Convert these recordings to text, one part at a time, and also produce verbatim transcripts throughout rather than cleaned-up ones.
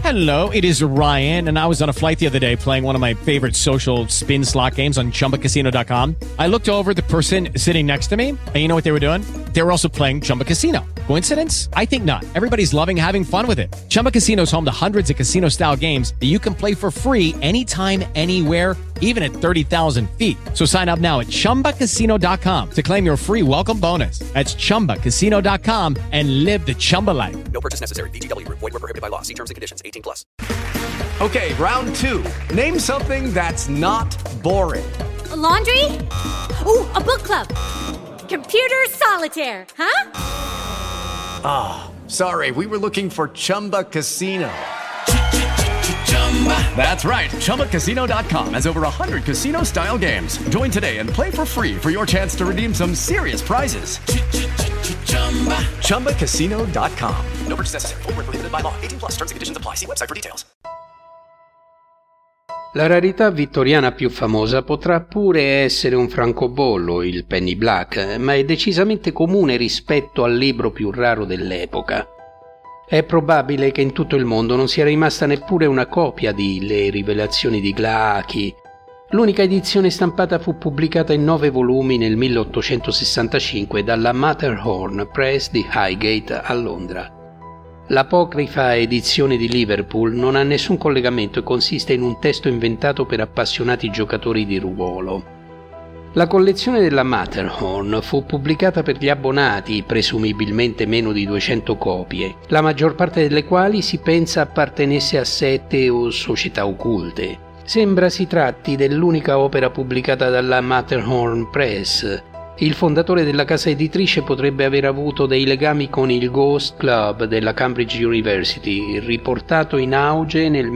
Hello, it is Ryan, and I was on a flight the other day playing one of my favorite social spin slot games on Chumba Casino dot com. I looked over at the person sitting next to me, and you know what they were doing? They were also playing Chumba Casino. Coincidence? I think not. Everybody's loving having fun with it. Chumba Casino is home to hundreds of casino-style games that you can play for free anytime, anywhere, even at thirty thousand feet. So sign up now at Chumba Casino dot com to claim your free welcome bonus. That's Chumba Casino dot com and live the Chumba life. No purchase necessary. V G W. Void where prohibited by law. See terms and conditions. eighteen plus. Okay, round two. Name something that's not boring. A laundry? Ooh, a book club. Computer solitaire, huh? Ah, oh, sorry. We were looking for Chumba Casino. That's right. Chumba Casino dot com has over one hundred casino-style games. Join today and play for free for your chance to redeem some serious prizes. Chumba Casino dot com. No purchase necessary. Void where prohibited by law. eighteen plus. Terms and conditions apply. See website for details. La rarità vittoriana più famosa potrà pure essere un francobollo, il Penny Black, ma è decisamente comune rispetto al libro più raro dell'epoca. È probabile che in tutto il mondo non sia rimasta neppure una copia di Le rivelazioni di Glaaki. L'unica edizione stampata fu pubblicata in nove volumi nel milleottocentosessantacinque dalla Matterhorn Press di Highgate a Londra. L'apocrifa edizione di Liverpool non ha nessun collegamento e consiste in un testo inventato per appassionati giocatori di ruolo. La collezione della Matterhorn fu pubblicata per gli abbonati, presumibilmente meno di duecento copie, la maggior parte delle quali si pensa appartenesse a sette o società occulte. Sembra si tratti dell'unica opera pubblicata dalla Matterhorn Press. Il fondatore della casa editrice potrebbe aver avuto dei legami con il Ghost Club della Cambridge University, riportato in auge nel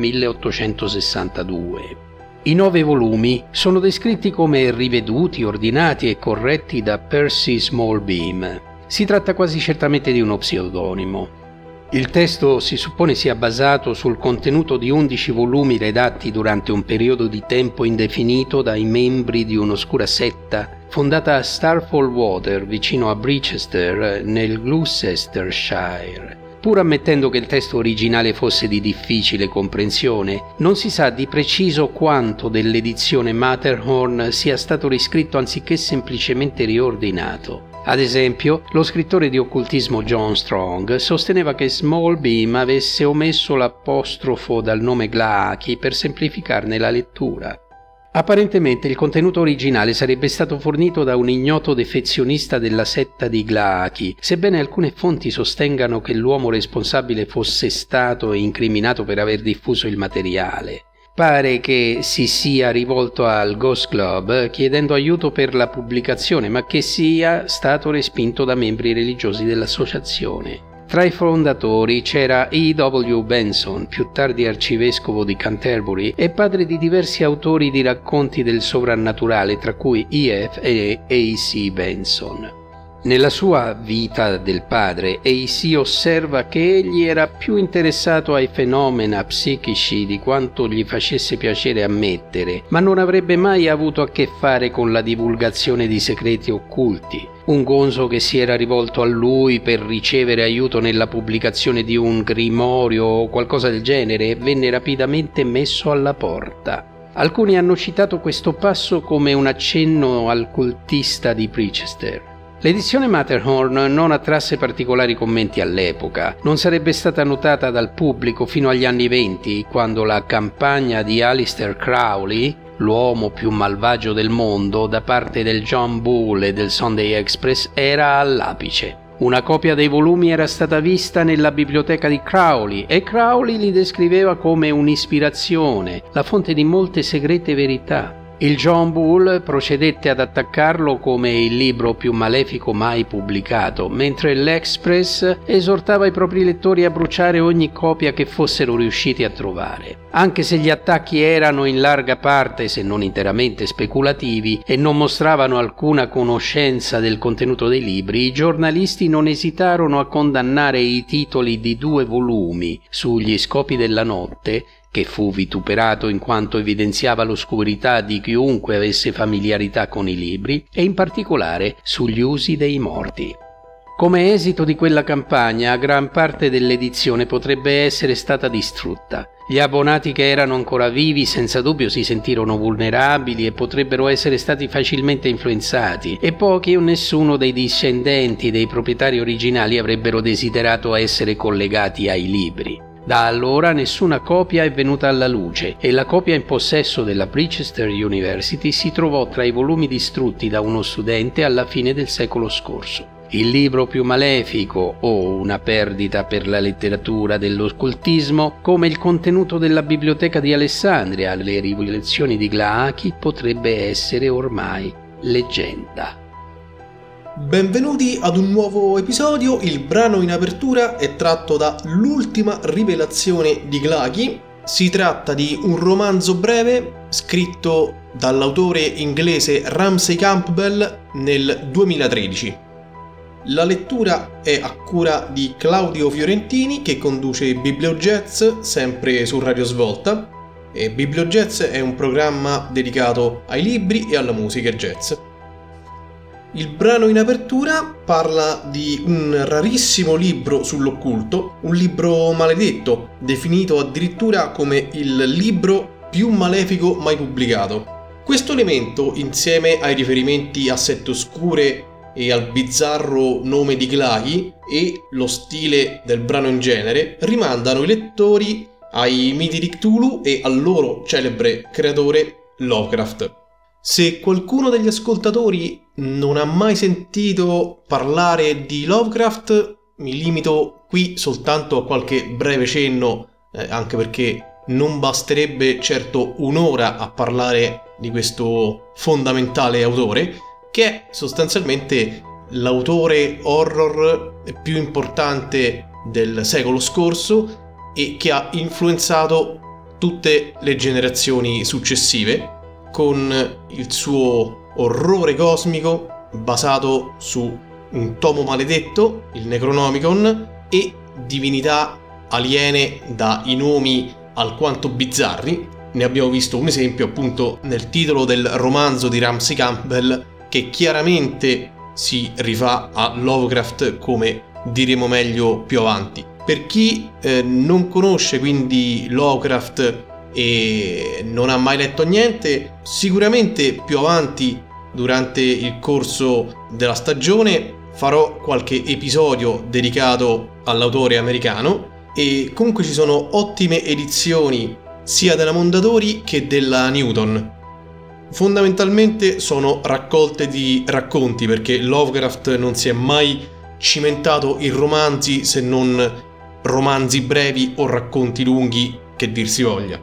milleottocentosessantadue. I nove volumi sono descritti come riveduti, ordinati e corretti da Percy Smallbeam. Si tratta quasi certamente di uno pseudonimo. Il testo si suppone sia basato sul contenuto di undici volumi redatti durante un periodo di tempo indefinito dai membri di un'oscura setta fondata a Starfall Water vicino a Brichester nel Gloucestershire. Pur ammettendo che il testo originale fosse di difficile comprensione, non si sa di preciso quanto dell'edizione Matterhorn sia stato riscritto anziché semplicemente riordinato. Ad esempio, lo scrittore di occultismo John Strong sosteneva che Smallbeam avesse omesso l'apostrofo dal nome Glaaki per semplificarne la lettura. Apparentemente il contenuto originale sarebbe stato fornito da un ignoto defezionista della setta di Glaaki, sebbene alcune fonti sostengano che l'uomo responsabile fosse stato incriminato per aver diffuso il materiale. Pare che si sia rivolto al Ghost Club chiedendo aiuto per la pubblicazione, ma che sia stato respinto da membri religiosi dell'associazione. Tra i fondatori c'era E W Benson, più tardi arcivescovo di Canterbury e padre di diversi autori di racconti del sovrannaturale, tra cui E F e A C Benson. Nella sua Vita del padre, A C osserva che egli era più interessato ai fenomena psichici di quanto gli facesse piacere ammettere, ma non avrebbe mai avuto a che fare con la divulgazione di segreti occulti. Un gonzo che si era rivolto a lui per ricevere aiuto nella pubblicazione di un grimorio o qualcosa del genere venne rapidamente messo alla porta. Alcuni hanno citato questo passo come un accenno al cultista di Brichester. L'edizione Matterhorn non attrasse particolari commenti all'epoca, non sarebbe stata notata dal pubblico fino agli anni venti, quando la campagna di Aleister Crowley, l'uomo più malvagio del mondo, da parte del John Bull e del Sunday Express era all'apice. Una copia dei volumi era stata vista nella biblioteca di Crowley e Crowley li descriveva come un'ispirazione, la fonte di molte segrete verità. Il John Bull procedette ad attaccarlo come il libro più malefico mai pubblicato, mentre l'Express esortava i propri lettori a bruciare ogni copia che fossero riusciti a trovare. Anche se gli attacchi erano in larga parte, se non interamente, speculativi e non mostravano alcuna conoscenza del contenuto dei libri, i giornalisti non esitarono a condannare i titoli di due volumi sugli scopi della notte, che fu vituperato in quanto evidenziava l'oscurità di chiunque avesse familiarità con i libri, e in particolare sugli usi dei morti. Come esito di quella campagna, gran parte dell'edizione potrebbe essere stata distrutta. Gli abbonati che erano ancora vivi senza dubbio si sentirono vulnerabili e potrebbero essere stati facilmente influenzati, e pochi o nessuno dei discendenti dei proprietari originali avrebbero desiderato essere collegati ai libri. Da allora nessuna copia è venuta alla luce e la copia in possesso della Bridgester University si trovò tra i volumi distrutti da uno studente alla fine del secolo scorso. Il libro più malefico o una perdita per la letteratura dell'occultismo, come il contenuto della biblioteca di Alessandria alle rivelazioni di Glaaki, potrebbe essere ormai leggenda. Benvenuti ad un nuovo episodio. Il brano in apertura è tratto da L'ultima rivelazione di Glaaki. Si tratta di un romanzo breve scritto dall'autore inglese Ramsey Campbell nel duemilatredici. La lettura è a cura di Claudio Fiorentini, che conduce Bibliojazz sempre su Radio Svolta. E Bibliojazz è un programma dedicato ai libri e alla musica jazz. Il brano in apertura parla di un rarissimo libro sull'occulto, un libro maledetto, definito addirittura come il libro più malefico mai pubblicato. Questo elemento, insieme ai riferimenti a sette oscure e al bizzarro nome di Glaaki e lo stile del brano in genere, rimandano i lettori ai miti di Cthulhu e al loro celebre creatore Lovecraft. Se qualcuno degli ascoltatori non ha mai sentito parlare di Lovecraft, mi limito qui soltanto a qualche breve cenno, eh, anche perché non basterebbe certo un'ora a parlare di questo fondamentale autore, che è sostanzialmente l'autore horror più importante del secolo scorso e che ha influenzato tutte le generazioni successive con il suo orrore cosmico basato su un tomo maledetto, il Necronomicon, e divinità aliene dai nomi alquanto bizzarri. Ne abbiamo visto un esempio appunto nel titolo del romanzo di Ramsey Campbell, che chiaramente si rifà a Lovecraft, come diremo meglio più avanti. Per chi eh, non conosce quindi Lovecraft e non ha mai letto niente, sicuramente più avanti durante il corso della stagione farò qualche episodio dedicato all'autore americano, e comunque ci sono ottime edizioni sia della Mondadori che della Newton. Fondamentalmente sono raccolte di racconti, perché Lovecraft non si è mai cimentato in romanzi, se non romanzi brevi o racconti lunghi, che dir si voglia.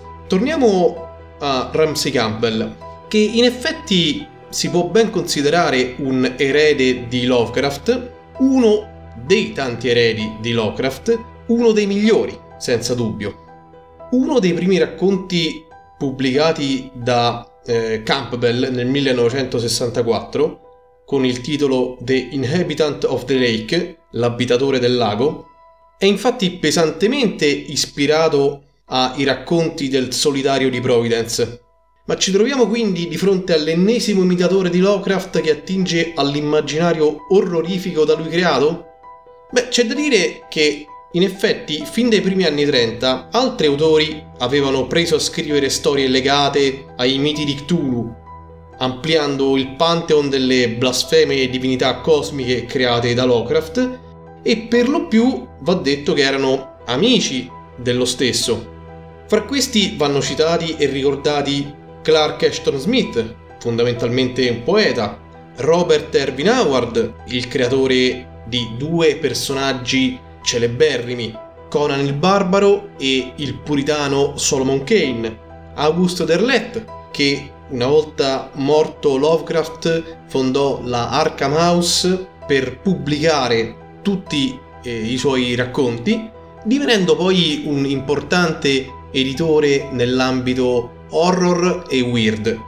Torniamo a Ramsey Campbell, che in effetti si può ben considerare un erede di Lovecraft, uno dei tanti eredi di Lovecraft, uno dei migliori, senza dubbio. Uno dei primi racconti pubblicati da eh, Campbell nel millenovecentosessantaquattro, con il titolo The Inhabitant of the Lake, l'abitatore del lago, è infatti pesantemente ispirato ai racconti del Solitario di Providence. Ma ci troviamo quindi di fronte all'ennesimo imitatore di Lovecraft che attinge all'immaginario orrorifico da lui creato? Beh, c'è da dire che in effetti, fin dai primi anni trenta, altri autori avevano preso a scrivere storie legate ai miti di Cthulhu, ampliando il pantheon delle blasfeme divinità cosmiche create da Lovecraft, e per lo più va detto che erano amici dello stesso. Fra questi vanno citati e ricordati Clark Ashton Smith, fondamentalmente un poeta, Robert Erwin Howard, il creatore di due personaggi celeberrimi, Conan il Barbaro e il puritano Solomon Kane, Auguste Derleth, che una volta morto Lovecraft fondò la Arkham House per pubblicare tutti eh, i suoi racconti, divenendo poi un importante editore nell'ambito horror e weird.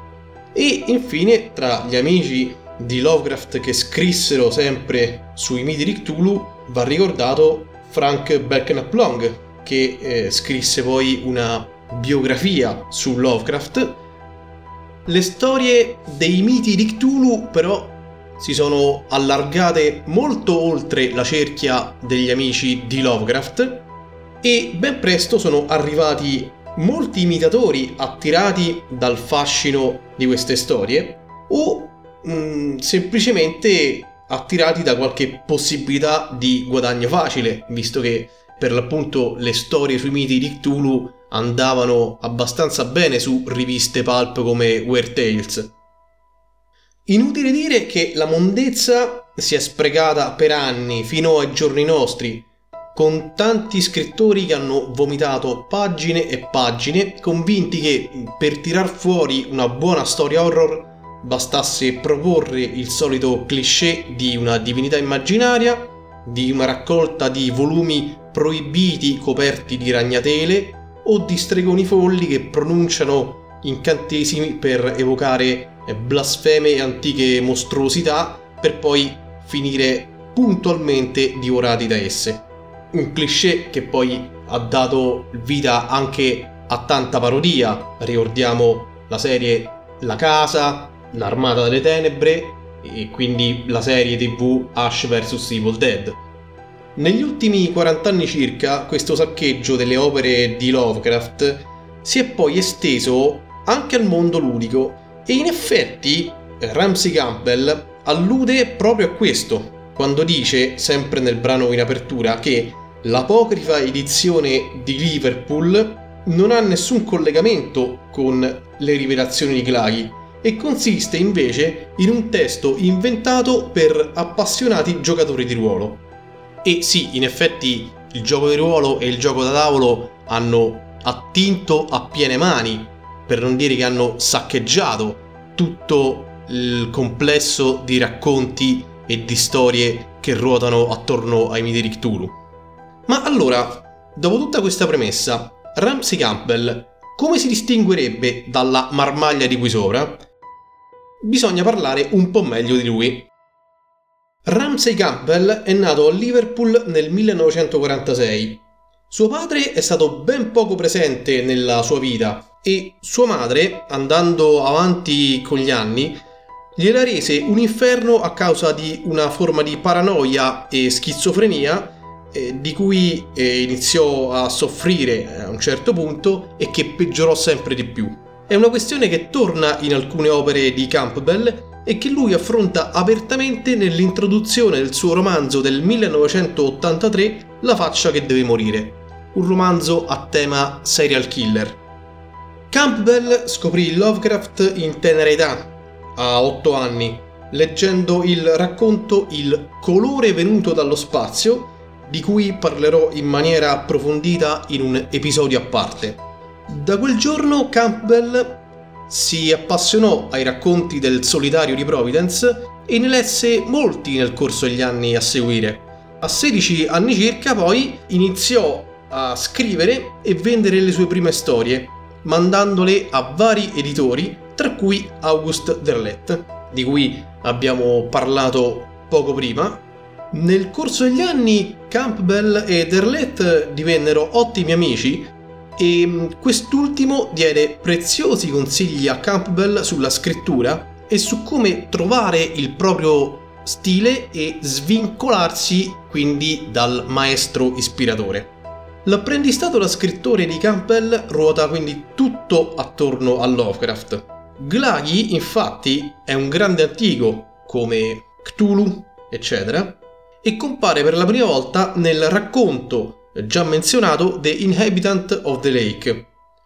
E infine, tra gli amici di Lovecraft che scrissero sempre sui miti di Cthulhu, va ricordato Frank Belknap Long, che eh, scrisse poi una biografia su Lovecraft. Le storie dei miti di Cthulhu però si sono allargate molto oltre la cerchia degli amici di Lovecraft e ben presto sono arrivati molti imitatori attirati dal fascino di queste storie o mh, semplicemente attirati da qualche possibilità di guadagno facile, visto che per l'appunto le storie sui miti di Cthulhu andavano abbastanza bene su riviste pulp come Weird Tales. Inutile dire che la mondezza si è sprecata per anni fino ai giorni nostri, con tanti scrittori che hanno vomitato pagine e pagine, convinti che per tirar fuori una buona storia horror bastasse proporre il solito cliché di una divinità immaginaria, di una raccolta di volumi proibiti coperti di ragnatele o di stregoni folli che pronunciano incantesimi per evocare blasfeme e antiche mostruosità per poi finire puntualmente divorati da esse. Un cliché che poi ha dato vita anche a tanta parodia. Ricordiamo la serie La Casa, L'Armata delle Tenebre e quindi la serie tivù Ash versus Evil Dead. Negli ultimi quaranta anni circa questo saccheggio delle opere di Lovecraft si è poi esteso anche al mondo ludico e in effetti Ramsey Campbell allude proprio a questo quando dice, sempre nel brano in apertura, che l'apocrifa edizione di Liverpool non ha nessun collegamento con le rivelazioni di Glaghi e consiste invece in un testo inventato per appassionati giocatori di ruolo. E sì, in effetti il gioco di ruolo e il gioco da tavolo hanno attinto a piene mani, per non dire che hanno saccheggiato tutto il complesso di racconti e di storie che ruotano attorno ai miti di Cthulhu. Ma allora, dopo tutta questa premessa, Ramsey Campbell come si distinguerebbe dalla marmaglia di qui sopra? Bisogna parlare un po' meglio di lui. Ramsey Campbell è nato a Liverpool nel millenovecentoquarantasei. Suo padre è stato ben poco presente nella sua vita e sua madre, andando avanti con gli anni, gliela rese un inferno a causa di una forma di paranoia e schizofrenia eh, di cui eh, iniziò a soffrire a un certo punto e che peggiorò sempre di più. È una questione che torna in alcune opere di Campbell e che lui affronta apertamente nell'introduzione del suo romanzo del millenovecentottantatré La faccia che deve morire, un romanzo a tema serial killer. Campbell scoprì Lovecraft in tenera età, a otto anni, leggendo il racconto Il colore venuto dallo spazio, di cui parlerò in maniera approfondita in un episodio a parte. Da quel giorno Campbell si appassionò ai racconti del solitario di Providence e ne lesse molti nel corso degli anni a seguire. A sedici anni circa poi iniziò a scrivere e vendere le sue prime storie, mandandole a vari editori, tra cui August Derleth, di cui abbiamo parlato poco prima. Nel corso degli anni Campbell e Derleth divennero ottimi amici e quest'ultimo diede preziosi consigli a Campbell sulla scrittura e su come trovare il proprio stile e svincolarsi quindi dal maestro ispiratore. L'apprendistato da scrittore di Campbell ruota quindi tutto attorno a Lovecraft. Glaghi, infatti, è un grande antico, come Cthulhu, eccetera, e compare per la prima volta nel racconto già menzionato The Inhabitant of the Lake.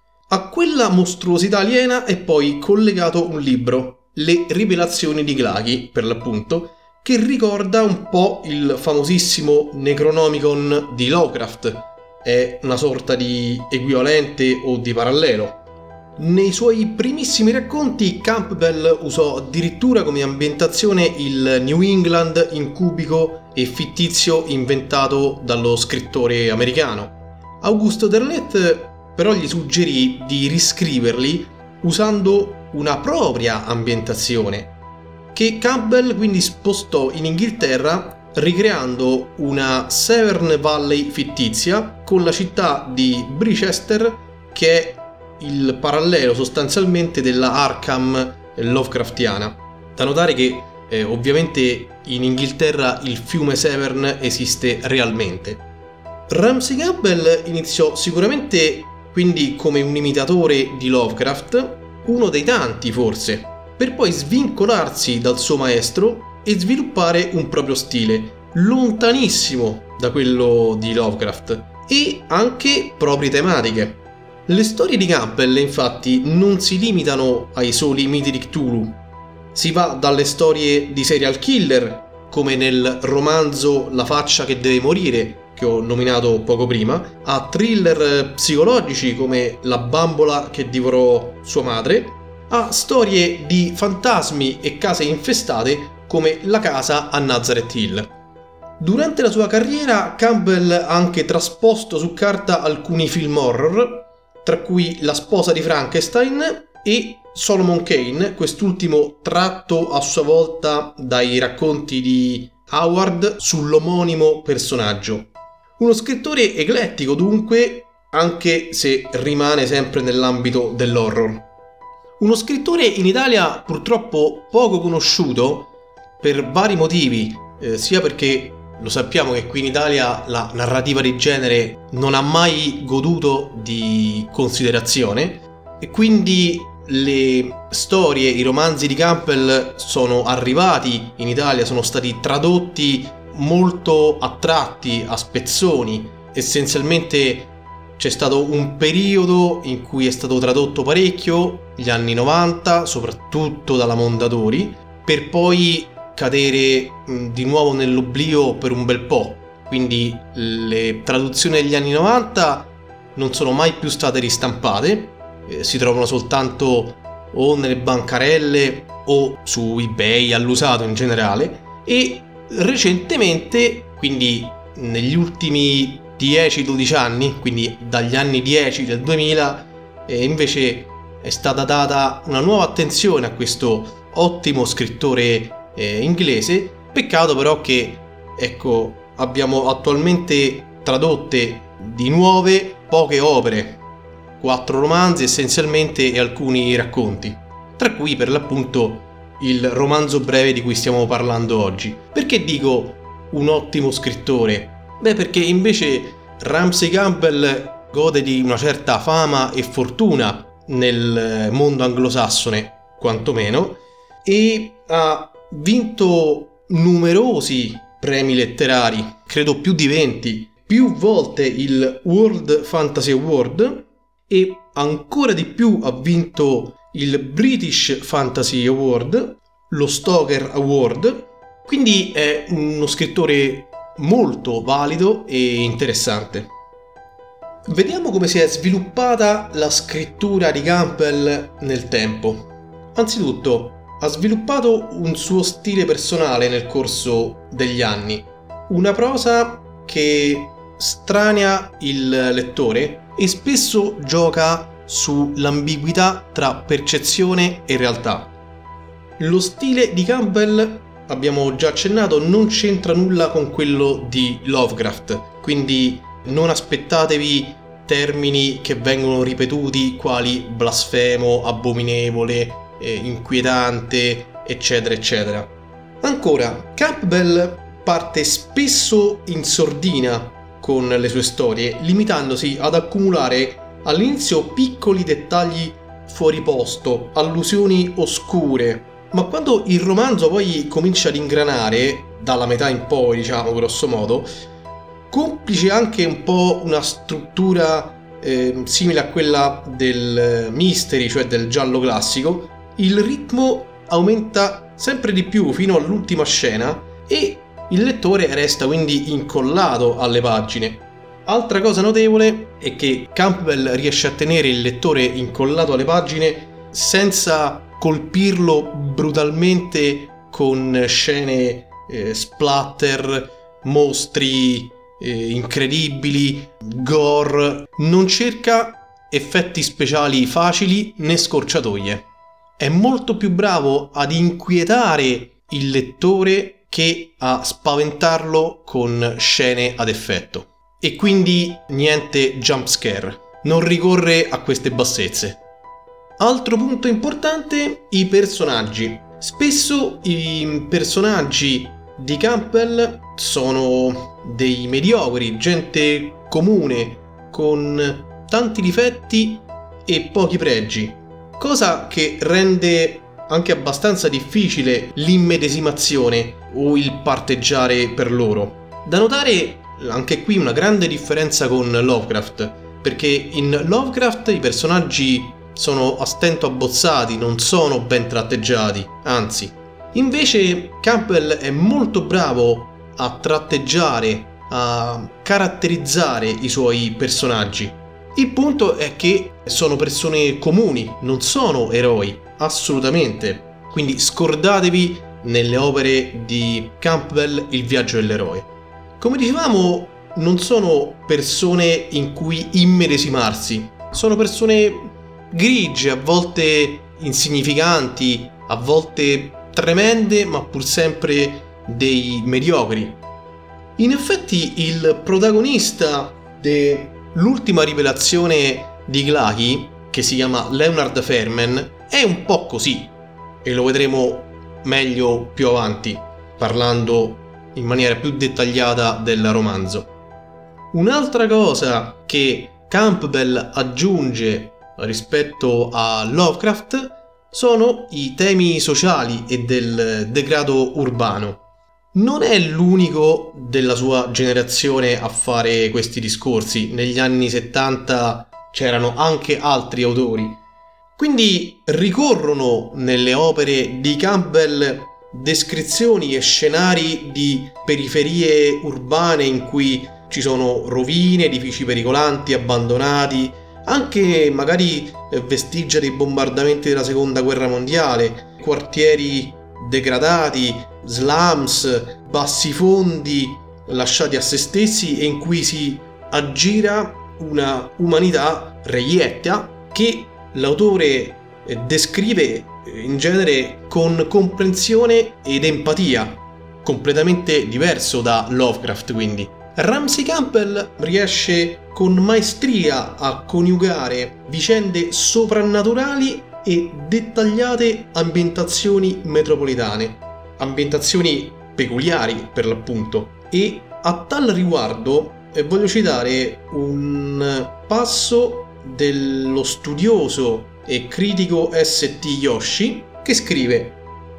A quella mostruosità aliena è poi collegato un libro, Le rivelazioni di Glaghi, per l'appunto, che ricorda un po' il famosissimo Necronomicon di Lovecraft. È una sorta di equivalente o di parallelo. Nei suoi primissimi racconti Campbell usò addirittura come ambientazione il New England incubico e fittizio inventato dallo scrittore americano. Augusto Derleth però gli suggerì di riscriverli usando una propria ambientazione, che Campbell quindi spostò in Inghilterra ricreando una Severn Valley fittizia con la città di Brichester, che è il parallelo sostanzialmente della Arkham Lovecraftiana. Da notare che eh, ovviamente in Inghilterra il fiume Severn esiste realmente. Ramsey Campbell iniziò sicuramente quindi come un imitatore di Lovecraft, uno dei tanti forse, per poi svincolarsi dal suo maestro e sviluppare un proprio stile, lontanissimo da quello di Lovecraft, e anche proprie tematiche. Le storie di Campbell infatti non si limitano ai soli miti di Cthulhu. Si va dalle storie di serial killer, come nel romanzo La faccia che deve morire, che ho nominato poco prima, a thriller psicologici come La bambola che divorò sua madre, a storie di fantasmi e case infestate come La casa a Nazareth Hill. Durante la sua carriera Campbell ha anche trasposto su carta alcuni film horror, tra cui La sposa di Frankenstein e Solomon Kane, quest'ultimo tratto a sua volta dai racconti di Howard sull'omonimo personaggio. Uno scrittore eclettico dunque, anche se rimane sempre nell'ambito dell'horror. Uno scrittore in Italia purtroppo poco conosciuto per vari motivi, eh, sia perché lo sappiamo che qui in Italia la narrativa di genere non ha mai goduto di considerazione e quindi le storie, i romanzi di Campbell sono arrivati in Italia, sono stati tradotti molto a tratti, a spezzoni. Essenzialmente c'è stato un periodo in cui è stato tradotto parecchio, gli anni novanta, soprattutto dalla Mondadori, per poi cadere mh, di nuovo nell'oblio per un bel po'. Quindi le traduzioni degli anni novanta non sono mai più state ristampate, eh, si trovano soltanto o nelle bancarelle o su eBay all'usato in generale, e recentemente, quindi negli ultimi dieci dodici anni, quindi dagli anni dieci del duemila, eh, invece è stata data una nuova attenzione a questo ottimo scrittore eh, inglese. Peccato però che, ecco, abbiamo attualmente tradotte di nuove poche opere, quattro romanzi essenzialmente e alcuni racconti, tra cui per l'appunto il romanzo breve di cui stiamo parlando oggi. Perché dico un ottimo scrittore? Beh, perché invece Ramsey Campbell gode di una certa fama e fortuna nel mondo anglosassone, quantomeno, e ha vinto numerosi premi letterari, credo più di venti, più volte il World Fantasy Award e ancora di più ha vinto il British Fantasy Award, lo Stoker Award. Quindi è uno scrittore molto valido e interessante. Vediamo come si è sviluppata la scrittura di Campbell nel tempo. Anzitutto, ha sviluppato un suo stile personale nel corso degli anni, una prosa che strania il lettore e spesso gioca sull'ambiguità tra percezione e realtà. Lo stile di Campbell, abbiamo già accennato, non c'entra nulla con quello di Lovecraft, quindi non aspettatevi termini che vengono ripetuti quali blasfemo, abominevole, eh, inquietante, eccetera eccetera. Ancora, Campbell parte spesso in sordina con le sue storie, limitandosi ad accumulare all'inizio piccoli dettagli fuori posto, allusioni oscure, ma quando il romanzo poi comincia ad ingranare, dalla metà in poi, diciamo grosso modo, complice anche un po' una struttura eh, simile a quella del mystery, cioè del giallo classico, il ritmo aumenta sempre di più fino all'ultima scena e il lettore resta quindi incollato alle pagine. Altra cosa notevole è che Campbell riesce a tenere il lettore incollato alle pagine senza colpirlo brutalmente con scene eh, splatter, mostri eh, incredibili, gore. Non cerca effetti speciali facili né scorciatoie. È molto più bravo ad inquietare il lettore che a spaventarlo con scene ad effetto. E quindi niente jump scare, non ricorre a queste bassezze. Altro punto importante, i personaggi. Spesso i personaggi di Campbell sono dei mediocri, gente comune, con tanti difetti e pochi pregi, cosa che rende anche abbastanza difficile l'immedesimazione o il parteggiare per loro. Da notare anche qui una grande differenza con Lovecraft, perché in Lovecraft i personaggi sono a stento abbozzati, non sono ben tratteggiati, anzi. Invece Campbell è molto bravo a tratteggiare, a caratterizzare i suoi personaggi. Il punto è che sono persone comuni, non sono eroi, assolutamente. Quindi scordatevi nelle opere di Campbell il viaggio dell'eroe. Come dicevamo, non sono persone in cui immedesimarsi, sono persone grigie, a volte insignificanti, a volte tremende, ma pur sempre dei mediocri. In effetti il protagonista dell'ultima rivelazione di Glaki, che si chiama Leonard Fairman, è un po' così, e lo vedremo meglio più avanti, parlando in maniera più dettagliata del romanzo. Un'altra cosa che Campbell aggiunge rispetto a Lovecraft sono i temi sociali e del degrado urbano. Non è l'unico della sua generazione a fare questi discorsi, negli anni settanta c'erano anche altri autori. Quindi ricorrono nelle opere di Campbell descrizioni e scenari di periferie urbane in cui ci sono rovine, edifici pericolanti, abbandonati, anche magari vestigia dei bombardamenti della seconda guerra mondiale, quartieri degradati, slums, bassifondi lasciati a se stessi e in cui si aggira una umanità reietta che l'autore descrive in genere con comprensione ed empatia, completamente diverso da Lovecraft quindi. Ramsey Campbell riesce con maestria a coniugare vicende soprannaturali e dettagliate ambientazioni metropolitane, ambientazioni peculiari per l'appunto, e a tal riguardo eh, voglio citare un passo dello studioso e critico S T Yoshi che scrive: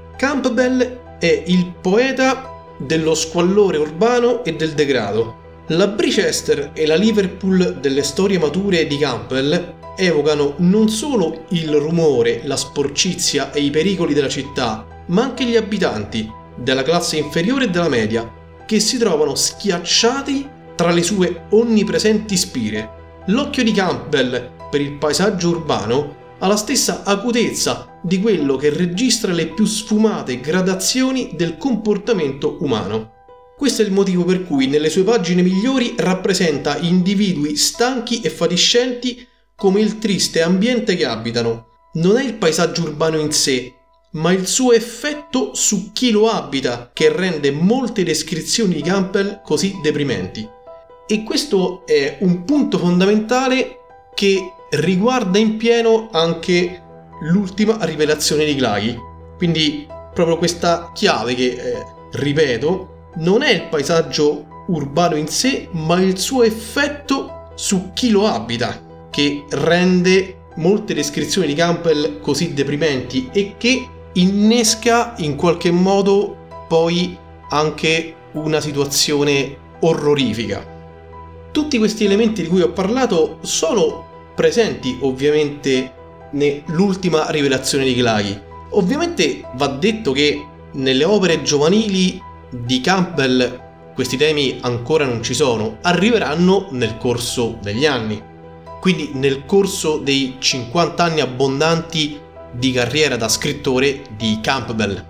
Campbell è il poeta dello squallore urbano e del degrado. La Bicester e la Liverpool delle storie mature di Campbell evocano non solo il rumore, la sporcizia e i pericoli della città, ma anche gli abitanti della classe inferiore e della media, che si trovano schiacciati tra le sue onnipresenti spire. L'occhio di Campbell per il paesaggio urbano ha la stessa acutezza di quello che registra le più sfumate gradazioni del comportamento umano. Questo è il motivo per cui nelle sue pagine migliori rappresenta individui stanchi e fatiscenti come il triste ambiente che abitano. Non è il paesaggio urbano in sé, ma il suo effetto su chi lo abita che rende molte descrizioni di Campbell così deprimenti. E questo è un punto fondamentale che riguarda in pieno anche l'ultima rivelazione di Glaki. Quindi proprio questa chiave che, eh, ripeto, non è il paesaggio urbano in sé, ma il suo effetto su chi lo abita, che rende molte descrizioni di Campbell così deprimenti e che innesca in qualche modo poi anche una situazione orrorifica. Tutti questi elementi di cui ho parlato sono presenti ovviamente nell'ultima rivelazione di Glaki. Ovviamente va detto che nelle opere giovanili di Campbell questi temi ancora non ci sono, arriveranno nel corso degli anni, quindi nel corso dei cinquanta anni abbondanti di carriera da scrittore di Campbell.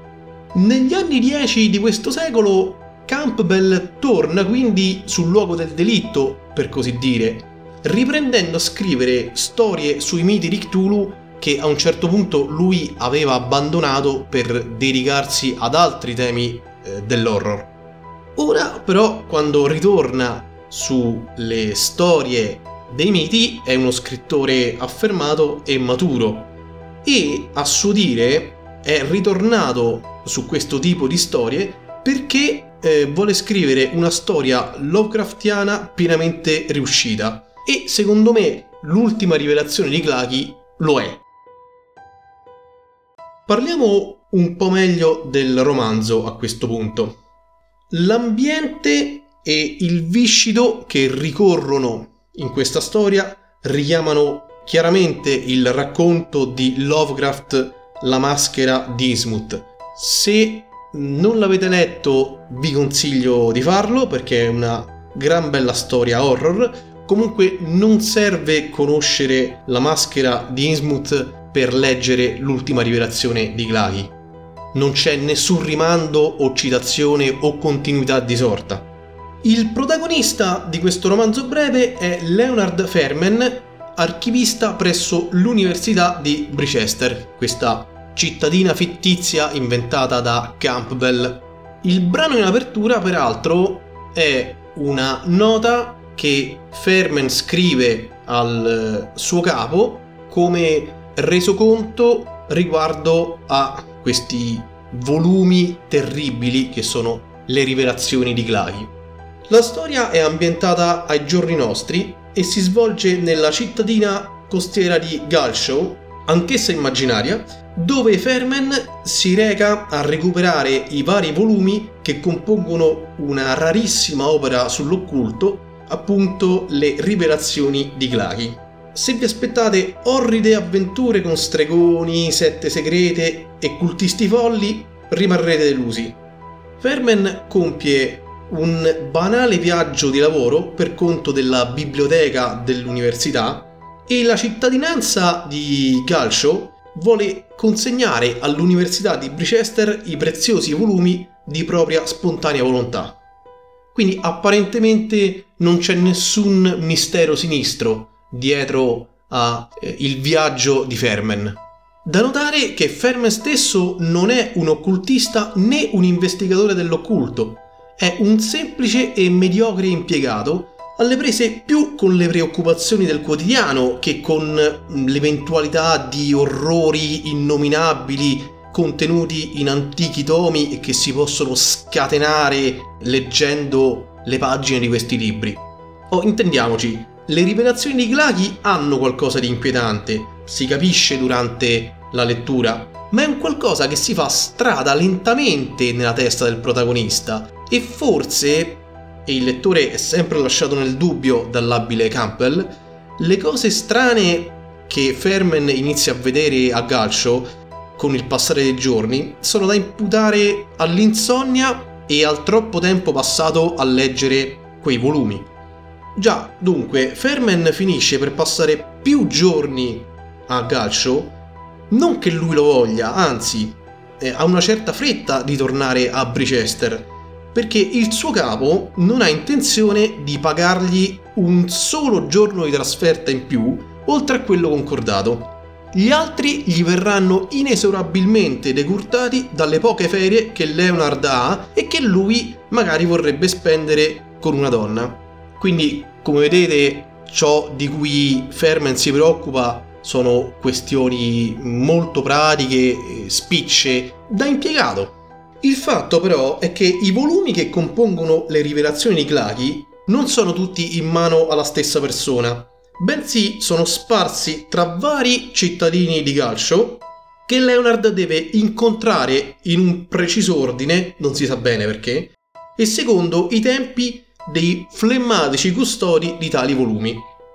Negli anni dieci di questo secolo Campbell torna quindi sul luogo del delitto, per così dire, riprendendo a scrivere storie sui miti di Cthulhu che a un certo punto lui aveva abbandonato per dedicarsi ad altri temi eh, dell'horror. Ora però, quando ritorna sulle storie dei miti, è uno scrittore affermato e maturo e, a suo dire, è ritornato su questo tipo di storie perché eh, vuole scrivere una storia Lovecraftiana pienamente riuscita. E secondo me l'ultima rivelazione di Glaki lo è. Parliamo un po' meglio del romanzo a questo punto. L'ambiente e il viscido che ricorrono in questa storia richiamano chiaramente il racconto di Lovecraft, La maschera di Innsmouth. Se non l'avete letto vi consiglio di farlo perché è una gran bella storia horror. Comunque non serve conoscere La maschera di Innsmouth per leggere l'ultima rivelazione di Glaki. Non c'è nessun rimando o citazione o continuità di sorta. Il protagonista di questo romanzo breve è Leonard Fermen, archivista presso l'Università di Brichester, questa cittadina fittizia inventata da Campbell. Il brano in apertura, peraltro, è una nota che Fermen scrive al suo capo come resoconto riguardo a questi volumi terribili che sono le rivelazioni di Glaki. La storia è ambientata ai giorni nostri e si svolge nella cittadina costiera di Galshaw, anch'essa immaginaria, dove Fermen si reca a recuperare i vari volumi che compongono una rarissima opera sull'occulto, appunto le rivelazioni di Glaki. Se vi aspettate orride avventure con stregoni, sette segrete e cultisti folli, rimarrete delusi. Fermen compie un banale viaggio di lavoro per conto della biblioteca dell'università e la cittadinanza di Galshaw vuole consegnare all'Università di Brichester i preziosi volumi di propria spontanea volontà. Quindi apparentemente non c'è nessun mistero sinistro dietro al eh, viaggio di Fermen. Da notare che Fermen stesso non è un occultista né un investigatore dell'occulto, è un semplice e mediocre impiegato alle prese più con le preoccupazioni del quotidiano che con l'eventualità di orrori innominabili contenuti in antichi tomi e che si possono scatenare leggendo le pagine di questi libri. Oh, intendiamoci, le rivelazioni di Glaki hanno qualcosa di inquietante, si capisce durante la lettura, ma è un qualcosa che si fa strada lentamente nella testa del protagonista e forse, e il lettore è sempre lasciato nel dubbio dall'abile Campbell, le cose strane che Fermen inizia a vedere a Galshaw con il passare dei giorni sono da imputare all'insonnia e al troppo tempo passato a leggere quei volumi. Già, dunque, Fermen finisce per passare più giorni a Galshaw, non che lui lo voglia, anzi, eh, ha una certa fretta di tornare a Brichester, perché il suo capo non ha intenzione di pagargli un solo giorno di trasferta in più, oltre a quello concordato. Gli altri gli verranno inesorabilmente decurtati dalle poche ferie che Leonard ha e che lui magari vorrebbe spendere con una donna. Quindi, come vedete, ciò di cui Fermen si preoccupa sono questioni molto pratiche, spicce, da impiegato. Il fatto però è che i volumi che compongono le rivelazioni di Glaki non sono tutti in mano alla stessa persona, bensì sono sparsi tra vari cittadini di Galshaw che Leonard deve incontrare in un preciso ordine, non si sa bene perché, e secondo i tempi dei flemmatici custodi di tali volumi.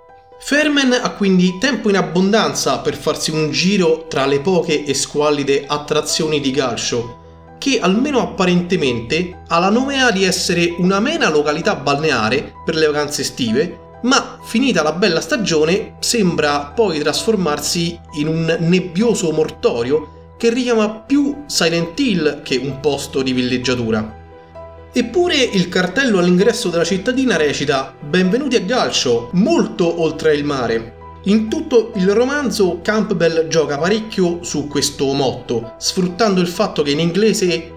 Fermen ha quindi tempo in abbondanza per farsi un giro tra le poche e squallide attrazioni di Galshaw, che almeno apparentemente ha la nomea di essere una mera località balneare per le vacanze estive, ma finita la bella stagione sembra poi trasformarsi in un nebbioso mortorio che richiama più Silent Hill che un posto di villeggiatura. Eppure il cartello all'ingresso della cittadina recita «Benvenuti a Galshaw, molto oltre il mare». In tutto il romanzo Campbell gioca parecchio su questo motto, sfruttando il fatto che in inglese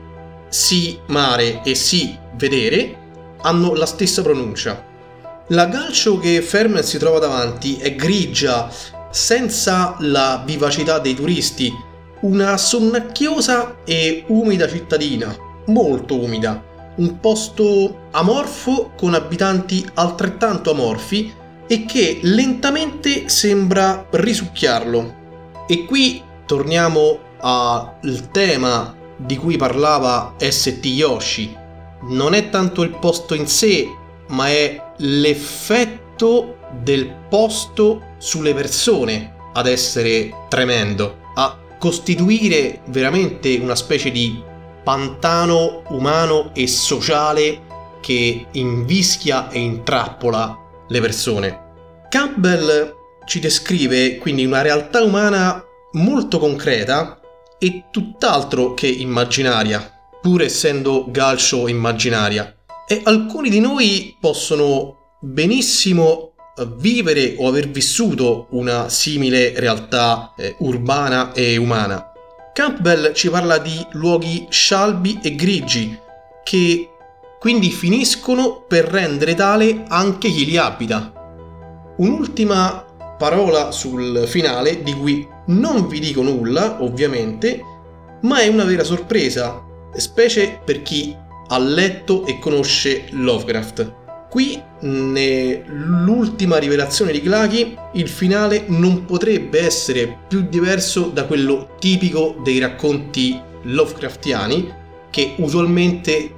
sì mare e sì vedere hanno la stessa pronuncia. La Galshaw che Fermen si trova davanti è grigia, senza la vivacità dei turisti, una sonnacchiosa e umida cittadina, molto umida, un posto amorfo con abitanti altrettanto amorfi e che lentamente sembra risucchiarlo. E qui torniamo al tema di cui parlava S T Yoshi. Non è tanto il posto in sé, ma è l'effetto del posto sulle persone ad essere tremendo, a costituire veramente una specie di pantano umano e sociale che invischia e intrappola le persone. Campbell ci descrive quindi una realtà umana molto concreta e tutt'altro che immaginaria, pur essendo Galscio immaginaria. E alcuni di noi possono benissimo vivere o aver vissuto una simile realtà eh, urbana e umana. Campbell ci parla di luoghi scialbi e grigi che quindi finiscono per rendere tale anche chi li abita. Un'ultima parola sul finale, di cui non vi dico nulla, ovviamente, ma è una vera sorpresa, specie per chi ha letto e conosce Lovecraft. Qui, nell'ultima rivelazione di Glaki, il finale non potrebbe essere più diverso da quello tipico dei racconti Lovecraftiani, che usualmente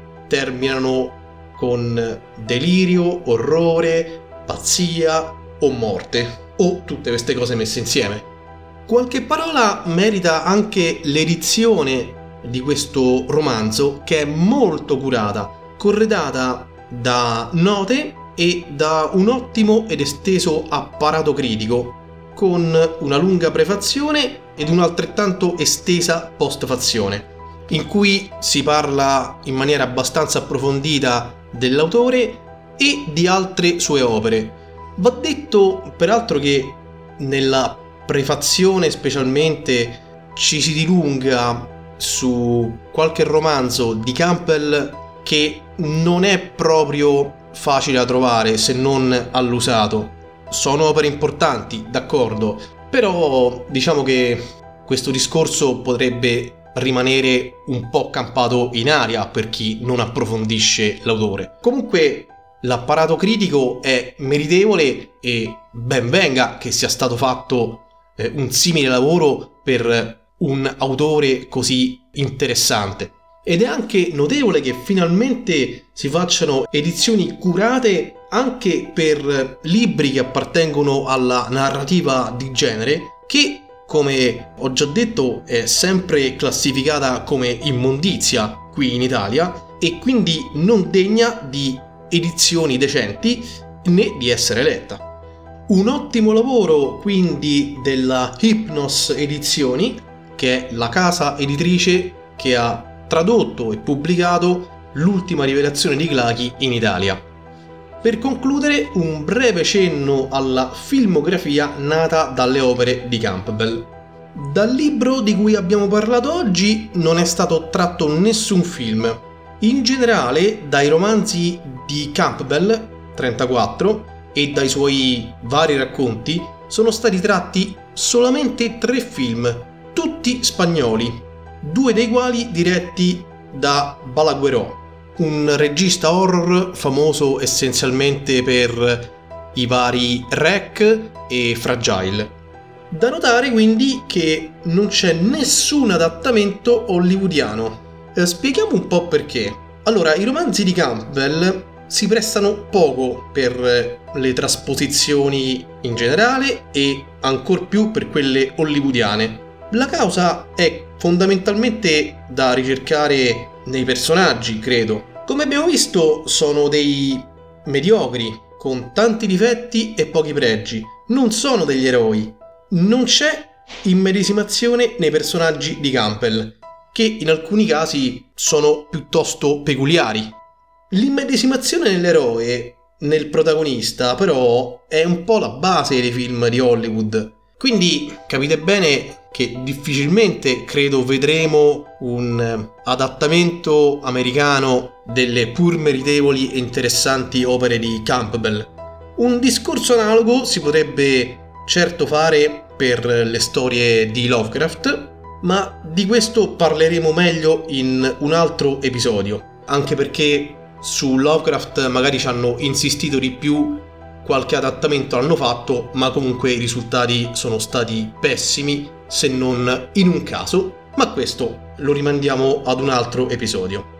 terminano con delirio, orrore, pazzia o morte, o tutte queste cose messe insieme. Qualche parola merita anche l'edizione di questo romanzo, che è molto curata, corredata da note e da un ottimo ed esteso apparato critico, con una lunga prefazione ed un'altrettanto estesa postfazione, in cui si parla in maniera abbastanza approfondita dell'autore e di altre sue opere. Va detto peraltro che nella prefazione specialmente ci si dilunga su qualche romanzo di Campbell che non è proprio facile da trovare se non all'usato. Sono opere importanti, d'accordo, però diciamo che questo discorso potrebbe rimanere un po' campato in aria per chi non approfondisce l'autore. Comunque l'apparato critico è meritevole e ben venga che sia stato fatto eh, un simile lavoro per un autore così interessante. Ed è anche notevole che finalmente si facciano edizioni curate anche per libri che appartengono alla narrativa di genere, che, come ho già detto, è sempre classificata come immondizia qui in Italia e quindi non degna di edizioni decenti né di essere letta. Un ottimo lavoro quindi della Hypnos Edizioni, che è la casa editrice che ha tradotto e pubblicato l'ultima rivelazione di Glaki in Italia. Per concludere, un breve cenno alla filmografia nata dalle opere di Campbell. Dal libro di cui abbiamo parlato oggi non è stato tratto nessun film. In generale, dai romanzi di Campbell, trentaquattro, e dai suoi vari racconti, sono stati tratti solamente tre film, tutti spagnoli, due dei quali diretti da Balagueró, un regista horror famoso essenzialmente per i vari Rec e Fragile. Da notare quindi che non c'è nessun adattamento hollywoodiano. Eh, spieghiamo un po' perché. Allora, i romanzi di Campbell si prestano poco per le trasposizioni in generale e ancor più per quelle hollywoodiane. La causa è fondamentalmente da ricercare nei personaggi, credo. Come abbiamo visto, sono dei mediocri, con tanti difetti e pochi pregi. Non sono degli eroi. Non c'è immedesimazione nei personaggi di Campbell, che in alcuni casi sono piuttosto peculiari. L'immedesimazione nell'eroe, nel protagonista, però, è un po' la base dei film di Hollywood. Quindi capite bene che difficilmente credo vedremo un adattamento americano delle pur meritevoli e interessanti opere di Campbell. Un discorso analogo si potrebbe certo fare per le storie di Lovecraft, ma di questo parleremo meglio in un altro episodio, anche perché su Lovecraft magari ci hanno insistito di più, qualche adattamento l'hanno fatto, ma comunque i risultati sono stati pessimi, se non in un caso, ma questo lo rimandiamo ad un altro episodio.